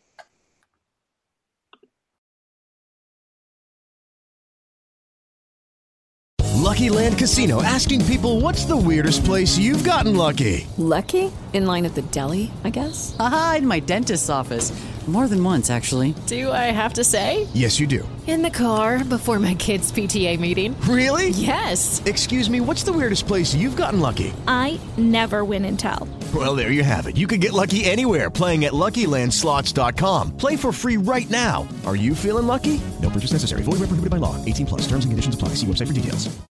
Lucky Land Casino, asking people, what's the weirdest place you've gotten lucky? Lucky? In line at the deli, I guess? Aha, in my dentist's office. More than once, actually. Do I have to say? Yes, you do. In the car before my kids' PTA meeting. Really? Yes. Excuse me, what's the weirdest place you've gotten lucky? I never win and tell. Well, there you have it. You can get lucky anywhere, playing at LuckyLandSlots.com. Play for free right now. Are you feeling lucky? No purchase necessary. Void where prohibited by law. 18+. Terms and conditions apply. See website for details.